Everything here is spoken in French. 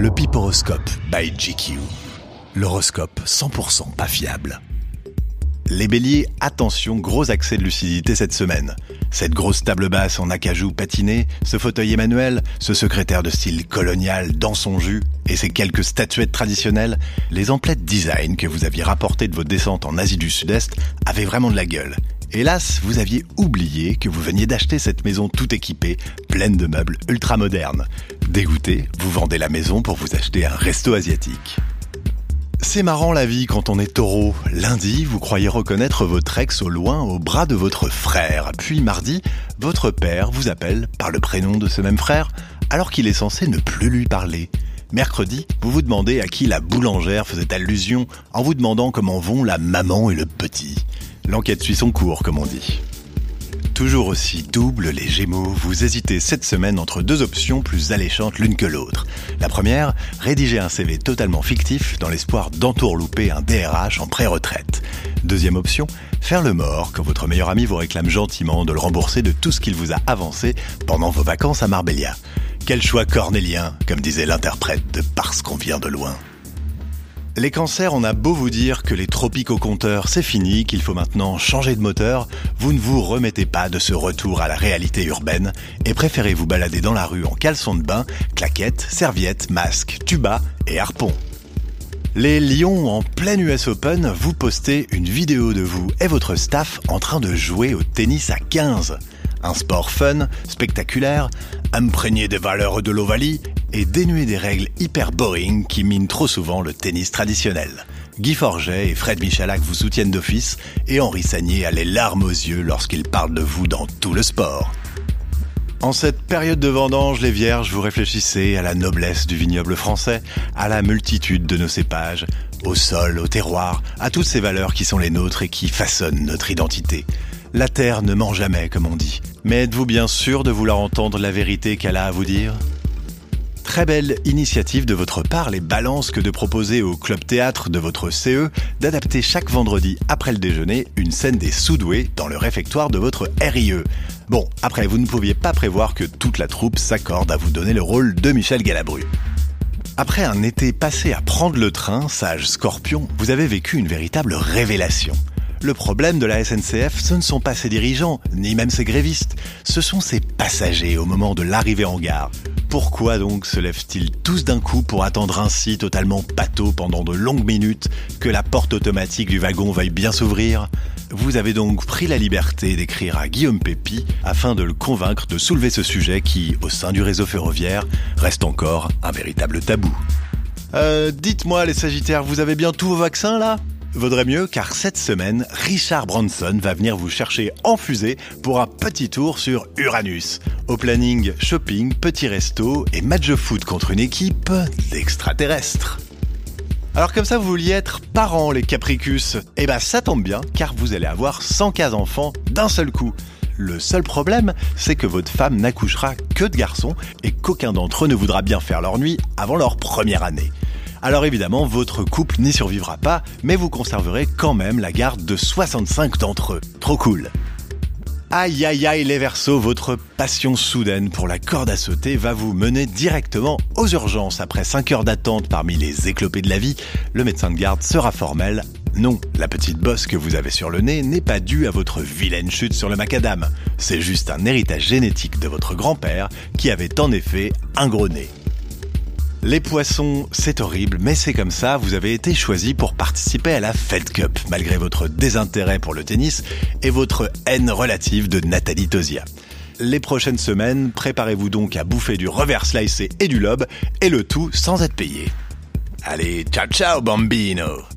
Le Piporoscope by GQ. L'horoscope 100% pas fiable. Les béliers, attention, gros accès de lucidité cette semaine. Cette grosse table basse en acajou patiné, ce fauteuil Emmanuel, ce secrétaire de style colonial dans son jus et ces quelques statuettes traditionnelles, les emplettes design que vous aviez rapportées de votre descente en Asie du Sud-Est avaient vraiment de la gueule. Hélas, vous aviez oublié que vous veniez d'acheter cette maison tout équipée, pleine de meubles ultra modernes. Dégoûté, vous vendez la maison pour vous acheter un resto asiatique. C'est marrant la vie quand on est taureau. Lundi, vous croyez reconnaître votre ex au loin au bras de votre frère. Puis mardi, votre père vous appelle par le prénom de ce même frère, alors qu'il est censé ne plus lui parler. Mercredi, vous vous demandez à qui la boulangère faisait allusion en vous demandant comment vont la maman et le petit. L'enquête suit son cours, comme on dit. Toujours aussi double, les Gémeaux, vous hésitez cette semaine entre deux options plus alléchantes l'une que l'autre. La première, rédiger un CV totalement fictif dans l'espoir d'entourlouper un DRH en pré-retraite. Deuxième option, faire le mort quand votre meilleur ami vous réclame gentiment de le rembourser de tout ce qu'il vous a avancé pendant vos vacances à Marbella. Quel choix cornélien, comme disait l'interprète de Parce qu'on vient de loin. Les cancers, on a beau vous dire que les tropiques au compteur, c'est fini, qu'il faut maintenant changer de moteur, vous ne vous remettez pas de ce retour à la réalité urbaine et préférez vous balader dans la rue en caleçon de bain, claquettes, serviettes, masques, tuba et harpons. Les lions, en plein US Open, vous postez une vidéo de vous et votre staff en train de jouer au tennis à 15. Un sport fun, spectaculaire, imprégné des valeurs de l'Ovalie et dénué des règles hyper boring qui minent trop souvent le tennis traditionnel. Guy Forget et Fred Michalak vous soutiennent d'office et Henri Sagnier a les larmes aux yeux lorsqu'il parle de vous dans tout le sport. En cette période de vendange, les vierges, vous réfléchissez à la noblesse du vignoble français, à la multitude de nos cépages, au sol, au terroir, à toutes ces valeurs qui sont les nôtres et qui façonnent notre identité. La terre ne ment jamais, comme on dit. Mais êtes-vous bien sûr de vouloir entendre la vérité qu'elle a à vous dire ? Très belle initiative de votre part, les balances, que de proposer au club théâtre de votre CE d'adapter chaque vendredi après le déjeuner une scène des Soudoués dans le réfectoire de votre RIE. Bon, après, vous ne pouviez pas prévoir que toute la troupe s'accorde à vous donner le rôle de Michel Galabru. Après un été passé à prendre le train, sage Scorpion, vous avez vécu une véritable révélation. Le problème de la SNCF, ce ne sont pas ses dirigeants, ni même ses grévistes, ce sont ses passagers au moment de l'arrivée en gare. Pourquoi donc se lèvent-ils tous d'un coup pour attendre ainsi totalement pâteaux pendant de longues minutes que la porte automatique du wagon veuille bien s'ouvrir ? Vous avez donc pris la liberté d'écrire à Guillaume Pépi afin de le convaincre de soulever ce sujet qui, au sein du réseau ferroviaire, reste encore un véritable tabou. Dites-moi les Sagittaires, vous avez bien tous vos vaccins là ? Vaudrait mieux car cette semaine, Richard Branson va venir vous chercher en fusée pour un petit tour sur Uranus. Au planning, shopping, petit resto et match de foot contre une équipe d'extraterrestres. Alors comme ça vous vouliez être parents les Capricus, eh ben ça tombe bien car vous allez avoir 115 enfants d'un seul coup. Le seul problème, c'est que votre femme n'accouchera que de garçons et qu'aucun d'entre eux ne voudra bien faire leur nuit avant leur première année. Alors évidemment, votre couple n'y survivra pas, mais vous conserverez quand même la garde de 65 d'entre eux. Trop cool. Aïe aïe aïe les Verseaux, votre passion soudaine pour la corde à sauter va vous mener directement aux urgences. Après 5 heures d'attente parmi les éclopés de la vie, le médecin de garde sera formel. Non, la petite bosse que vous avez sur le nez n'est pas due à votre vilaine chute sur le macadam. C'est juste un héritage génétique de votre grand-père qui avait en effet un gros nez. Les poissons, c'est horrible, mais c'est comme ça, vous avez été choisi pour participer à la Fed Cup, malgré votre désintérêt pour le tennis et votre haine relative de Nathalie Tauziat. Les prochaines semaines, préparez-vous donc à bouffer du revers slicé et du lobe, et le tout sans être payé. Allez, ciao ciao bambino!